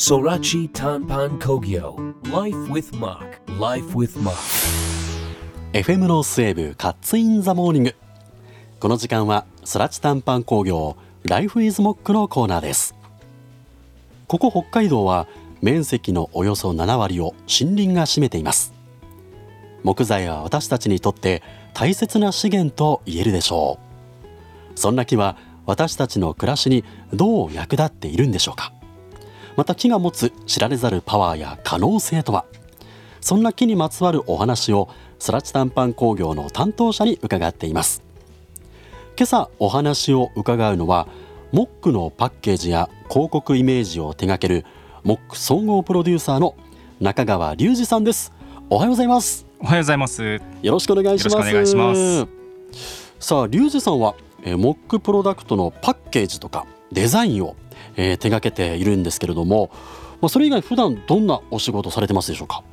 Sorachi Tanpan Kogyo Life with Mark Life with Mark FM ノースウェーブカッツインザモーニング。この時間はソラチ短パン工業ライフイズモックのコーナーです。ここ北海道は面積のおよそ7割を森林が占めています。木材は私たちにとって大切な資源と言えるでしょう。そんな木は私たちの暮らしにどう役立っているんでしょうか。また木が持つ知られざるパワーや可能性とは。そんな木にまつわるお話をソラチ短パン工業の担当者に伺っています。今朝お話を伺うのはモックのパッケージや広告イメージを手掛けるモック総合プロデューサーの中川隆二さんです。おはようございます。 おはようございます。 よろしくお願いします。 よろしくお願いします。 さあ隆二さんはモックプロダクトのパッケージとかデザインを手掛けているんですけれども、それ以外普段どんなお仕事されてますでしょうか。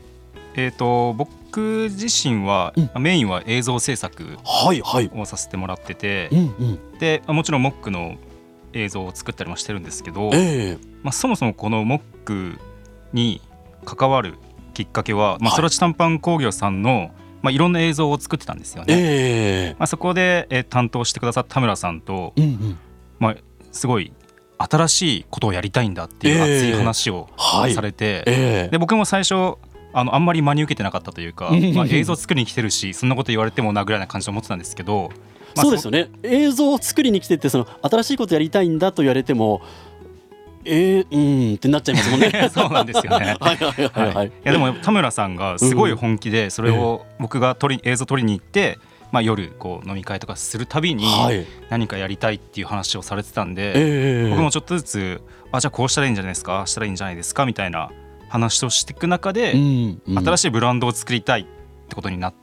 僕自身は、メインは映像制作をさせてもらってて、でもちろんモックの映像を作ったりもしてるんですけど、そもそもこのモックに関わるきっかけは、ソラチ短パン工業さんの、いろんな映像を作ってたんですよね。そこで、担当してくださった田村さんと、すごい新しいことをやりたいんだっていう熱い話をされて、で僕も最初あんまり真に受けてなかったというか、映像作りに来てるしそんなこと言われてもなぐらいな感じで思ってたんですけど、 そうですよね。映像を作りに来ててその新しいことやりたいんだと言われてもってなっちゃいますもんね。 そうなんですよね。いやでも田村さんがすごい本気でそれを僕が映像撮りに行って、夜こう飲み会とかするたびに何かやりたいっていう話をされてたんで、僕もちょっとずつじゃあこうしたらいいんじゃないですか、したらいいんじゃないですかみたいな話をしていく中で、新しいブランドを作りたいってことになって、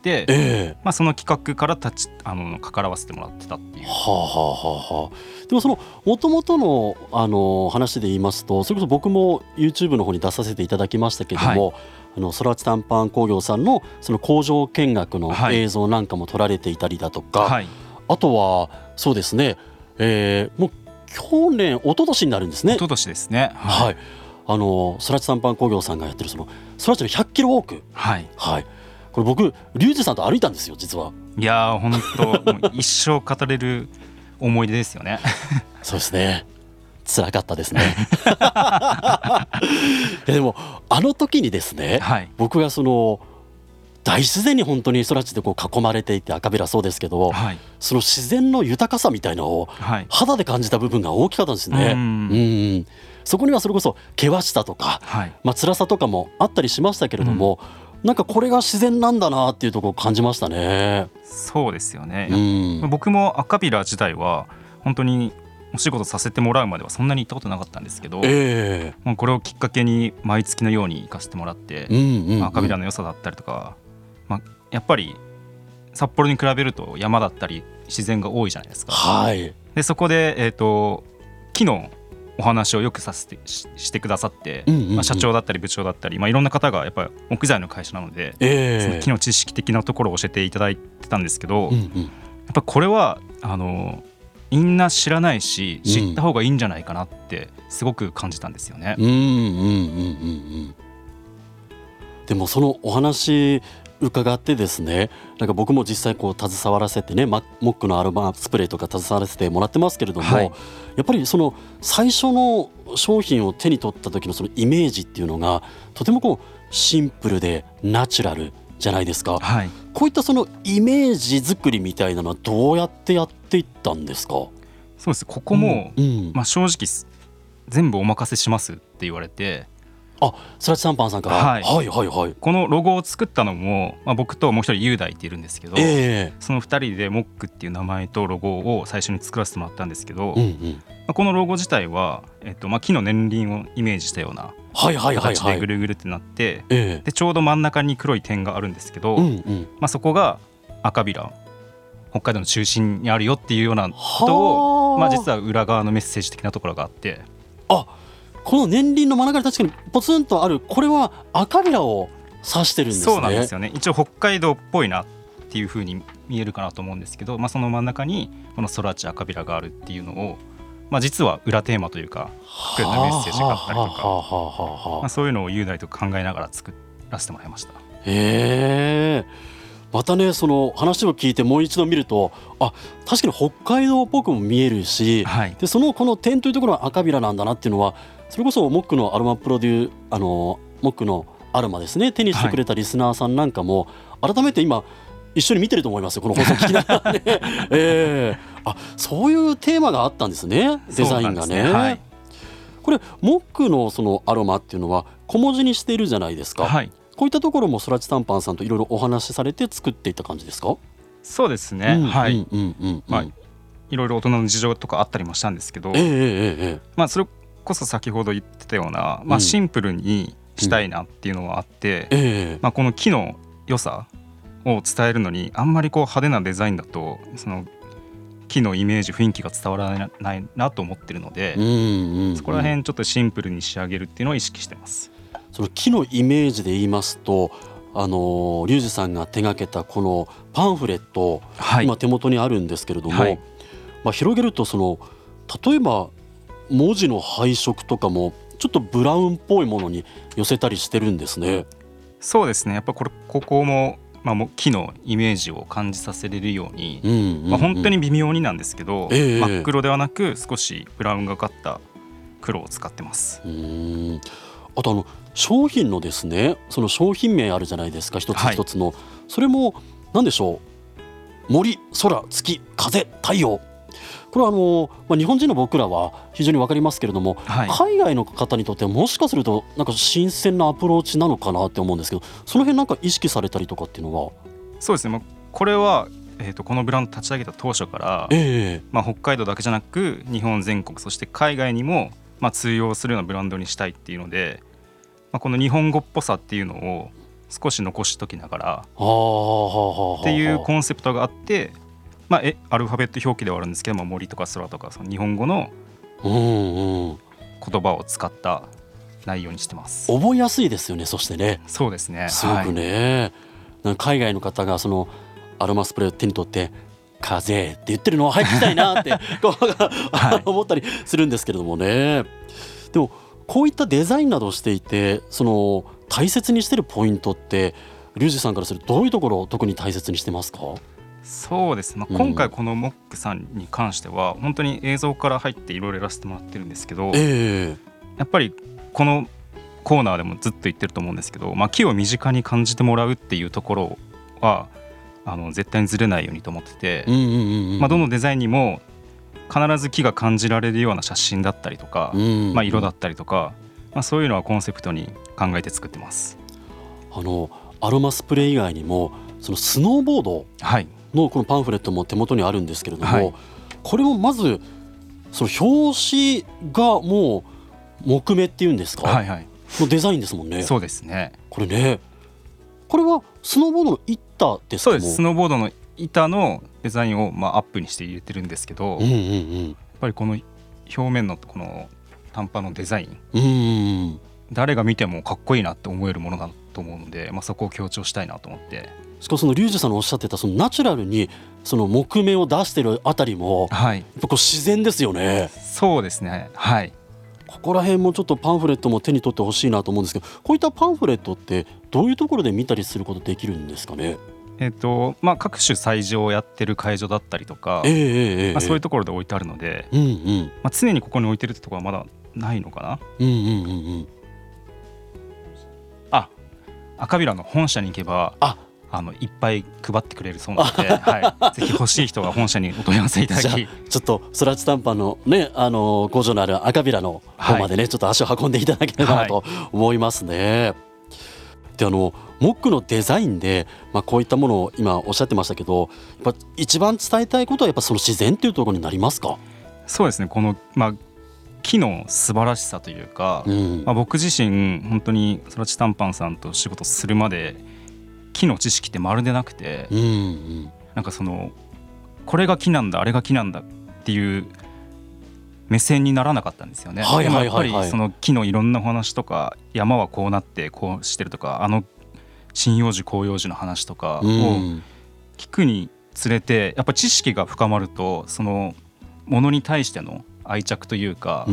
その企画から関わらせてもらってたっていう。 でもその元々の話で言いますと、それこそ僕も YouTube の方に出させていただきましたけども、ソラチ短パン工業さんのその工場見学の映像なんかも撮られていたりだとか、あとはそうですね、もう去年一昨年になるんですね。 一昨年ですね。 ソラチ短パン工業さんがやってるそのソラチの100キロウォーク、これ僕隆二さんと歩いたんですよ実は。 いや本当もう一生語れる思い出ですよね。 そうですね、辛かったですね。でもあの時にですね、僕がその大自然に本当にソラチでこう囲まれていて、赤べらそうですけど、その自然の豊かさみたいなのを肌で感じた部分が大きかったんですね。そこにはそれこそ険しさとか、辛さとかもあったりしましたけれども、なんかこれが自然なんだなっていうところを感じましたね。 そうですよね。僕も赤びら自体は本当にお仕事させてもらうまではそんなに行ったことなかったんですけど、これをきっかけに毎月のように行かせてもらって、赤びらの良さだったりとか、やっぱり札幌に比べると山だったり自然が多いじゃないですか。でそこで、木のお話をよくしてくださって、社長だったり部長だったり、いろんな方がやっぱり木材の会社なので、その木の知識的なところを教えていただいてたんですけど、やっぱこれはみんな知らないし知った方がいいんじゃないかなってすごく感じたんですよね。 でもそのお話伺ってですね、なんか僕も実際こう携わらせてね、モックのアロマスプレーとか携わらせてもらってますけれども、やっぱりその最初の商品を手に取った時のそのイメージっていうのがとてもこうシンプルでナチュラルじゃないですか。こういったそのイメージ作りみたいなのはどうやってやっていったんですか。 そうです、ここも、正直全部お任せしますって言われて、 ソラチ短パンさんから、 このロゴを作ったのも、僕ともう一人雄大っているんですけど、その2人でモックっていう名前とロゴを最初に作らせてもらったんですけど、このロゴ自体は、木の年輪をイメージしたような形でぐるぐるってなって、でちょうど真ん中に黒い点があるんですけど、そこが赤びら北海道の中心にあるよっていうようなことを、実は裏側のメッセージ的なところがあって、 この年輪の真ん中に確かにポツンとある、これは赤びらを指してるんですね。 そうなんですよね。一応北海道っぽいなっていう風に見えるかなと思うんですけど、その真ん中にこのソラチ赤びらがあるっていうのを、 実は裏テーマというか含んだメッセージがあったりとか、そういうのを雄大と考えながら作らせてもらいました。 またねその話を聞いてもう一度見ると確かに北海道っぽくも見えるし、でこの点というところは赤びらなんだなっていうのはそれこそモックのアロマプロデューモックのアロマですね手にしてくれたリスナーさんなんかも改めて今一緒に見てると思いますよこの放送聞きながらねそういうテーマがあったんですねデザインがね。これモックのそのアロマっていうのは小文字にしているじゃないですか。こういったところも空知短パンさんといろいろお話しされて作っていった感じですか？ そうですね、いろいろ大人の事情とかあったりもしたんですけど、それこそ先ほど言ってたような、シンプルにしたいなっていうのはあって、この木の良さを伝えるのにあんまりこう派手なデザインだとその木のイメージ雰囲気が伝わらないなと思ってるので、そこら辺ちょっとシンプルに仕上げるっていうのを意識してます。 その木のイメージで言いますとリュウジさんが手掛けたこのパンフレット、今手元にあるんですけれども、広げると例えば文字の配色とかもちょっとブラウンっぽいものに寄せたりしてるんですね。 そうですね、やっぱここも木のイメージを感じさせれるように、本当に微妙になんですけど、真っ黒ではなく少しブラウンがかった黒を使ってます。 あと商品のですねその商品名あるじゃないですか一つ一つの、それも何でしょう森空月風太陽、これは日本人の僕らは非常に分かりますけれども、海外の方にとってはもしかするとなんか新鮮なアプローチなのかなって思うんですけど、その辺なんか意識されたりとかっていうのは？ そうですね、これは、このブランド立ち上げた当初から、北海道だけじゃなく日本全国そして海外にも通用するようなブランドにしたいっていうので、この日本語っぽさっていうのを少し残しときながらっていうコンセプトがあって、アルファベット表記ではあるんですけど、森とか空とかその日本語の言葉を使った内容にしてます。 覚えやすいですよね。そしてね、 そうですね、 すごくね、海外の方がそのアロマスプレーを手に取って風って言ってるのを入ってきたいなって思ったりするんですけれどもね。でもこういったデザインなどをしていてその大切にしてるポイントってリュウジさんからするとどういうところを特に大切にしてますか？ そうです、今回このモックさんに関しては本当に映像から入っていろいろやらせてもらってるんですけど、やっぱりこのコーナーでもずっと言ってると思うんですけど、木を身近に感じてもらうっていうところは絶対にずれないようにと思ってて、どのデザインにも必ず木が感じられるような写真だったりとか、色だったりとか、そういうのはコンセプトに考えて作ってます。 アロマスプレー以外にもそのスノーボードのこのパンフレットも手元にあるんですけれども、これもまずその表紙がもう木目っていうんですか、のデザインですもんね。 そうですね。 これはスノーボードの板ですか？ そうです、スノーボードの板のデザインをアップにして入れてるんですけど、やっぱりこの表面のこの短パンのデザイン、誰が見てもかっこいいなって思えるものだと思うので、そこを強調したいなと思って。 しかもそのリュウジさんのおっしゃってたそのナチュラルにその木目を出してるあたりも、やっぱこう自然ですよね。 そうですね、 ここら辺もちょっとパンフレットも手に取ってほしいなと思うんですけど、こういったパンフレットってどういうところで見たりすることできるんですかね？ 各種催事をやってる会場だったりとか、そういうところで置いてあるので、常にここに置いてるってところはまだないのかな。赤びらの本社に行けばいっぱい配ってくれるそうなので、ぜひ欲しい人は本社にお問い合わせいただき、 ちょっと空知短パンのね工場のある赤びらの方までね、ちょっと足を運んでいただければなと思いますね。でモックのデザインで、こういったものを今おっしゃってましたけど、やっぱ一番伝えたいことはやっぱその自然っていうところになりますか？ そうですね、この、木の素晴らしさというか、僕自身本当に空知短パンさんと仕事するまで木の知識ってまるでなくて、なんかそのこれが木なんだあれが木なんだっていう目線にならなかったんですよね。でもやっぱりその木のいろんなお話とか、山はこうなってこうしてるとか、針葉樹広葉樹の話とかを聞くにつれて、やっぱ知識が深まるとそのものに対しての愛着というか、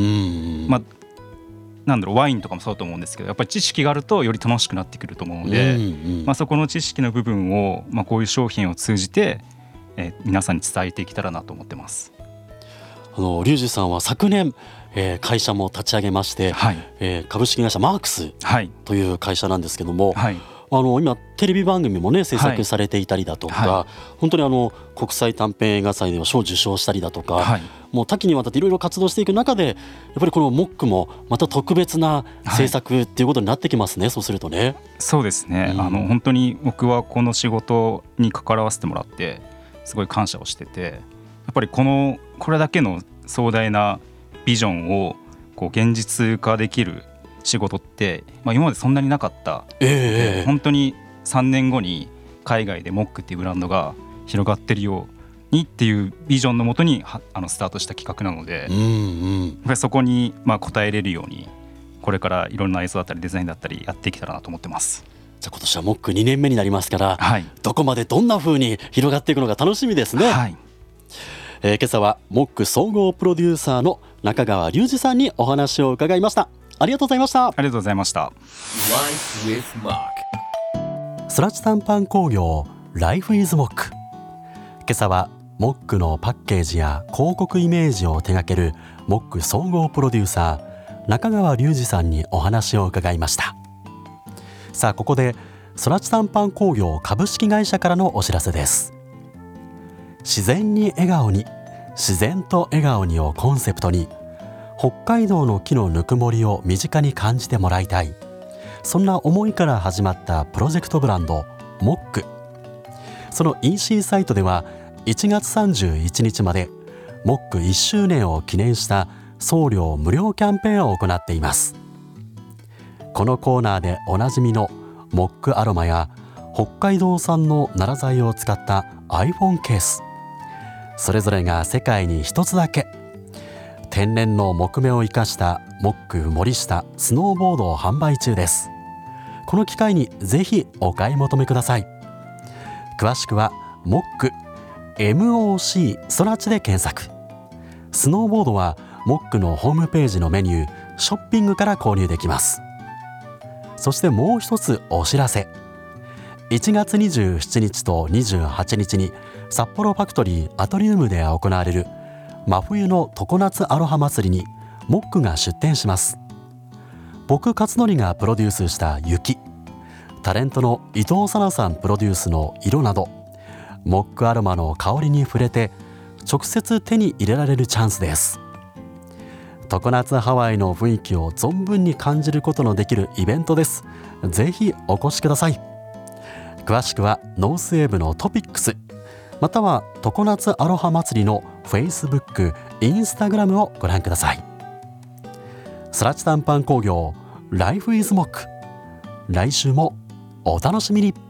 なんだろう、ワインとかもそうだと思うんですけど、やっぱり知識があるとより楽しくなってくると思うので、そこの知識の部分を、こういう商品を通じて、皆さんに伝えていけたらなと思ってます。 リュウジさんは昨年、会社も立ち上げまして、株式会社マークスという会社なんですけども、今テレビ番組もね制作されていたりだとか、本当に国際短編映画祭では賞を受賞したりだとか、もう多岐にわたっていろいろ活動していく中で、やっぱりこのモックもまた特別な制作っていうことになってきますね、そうするとね。 そうですね、本当に僕はこの仕事に関わらせてもらってすごい感謝をしてて、やっぱりこれだけの壮大なビジョンをこう現実化できる仕事って、今までそんなになかった、本当に3年後に海外でモックっていうブランドが広がってるようにっていうビジョンのもとにスタートした企画なので、やっぱりそこに応えれるようにこれからいろんな映像だったりデザインだったりやっていけたらなと思ってます。 じゃあ今年はモック2年目になりますから、どこまでどんな風に広がっていくのか楽しみですね。今朝はモック総合プロデューサーの中川隆二さんにお話を伺いました。ありがとうございました。 ありがとうございました。 スラチ短パン工業 Life is Mock。 今朝はモックのパッケージや広告イメージを手掛けるモック総合プロデューサー中川隆二さんにお話を伺いました。さあここでスラチ短パン工業株式会社からのお知らせです。自然に笑顔に、自然と笑顔にをコンセプトに、北海道の木のぬくもりを身近に感じてもらいたい、そんな思いから始まったプロジェクトブランドモック。その EC サイトでは1月31日までモック1周年を記念した送料無料キャンペーンを行っています。このコーナーでおなじみのモックアロマや北海道産のナラ材を使った iPhone ケース、それぞれが世界に一つだけ天然の木目を生かしたモック森下スノーボードを販売中です。この機会にぜひお買い求めください。詳しくはモック MOC ソラチで検索。スノーボードはモックのホームページのメニューショッピングから購入できます。そしてもう一つお知らせ。1月27日と28日に札幌ファクトリーアトリウムで行われる真冬の常夏アロハ祭りにモックが出展します。僕勝則がプロデュースした雪、タレントの伊藤沙奈さんプロデュースの色など、モックアロマの香りに触れて直接手に入れられるチャンスです。常夏ハワイの雰囲気を存分に感じることのできるイベントです。ぜひお越しください。詳しくはノースウェーブのトピックス、または常夏アロハ祭りの Facebook、Instagram をご覧ください。スラチ短パン工業 Life is Mock。 来週もお楽しみに。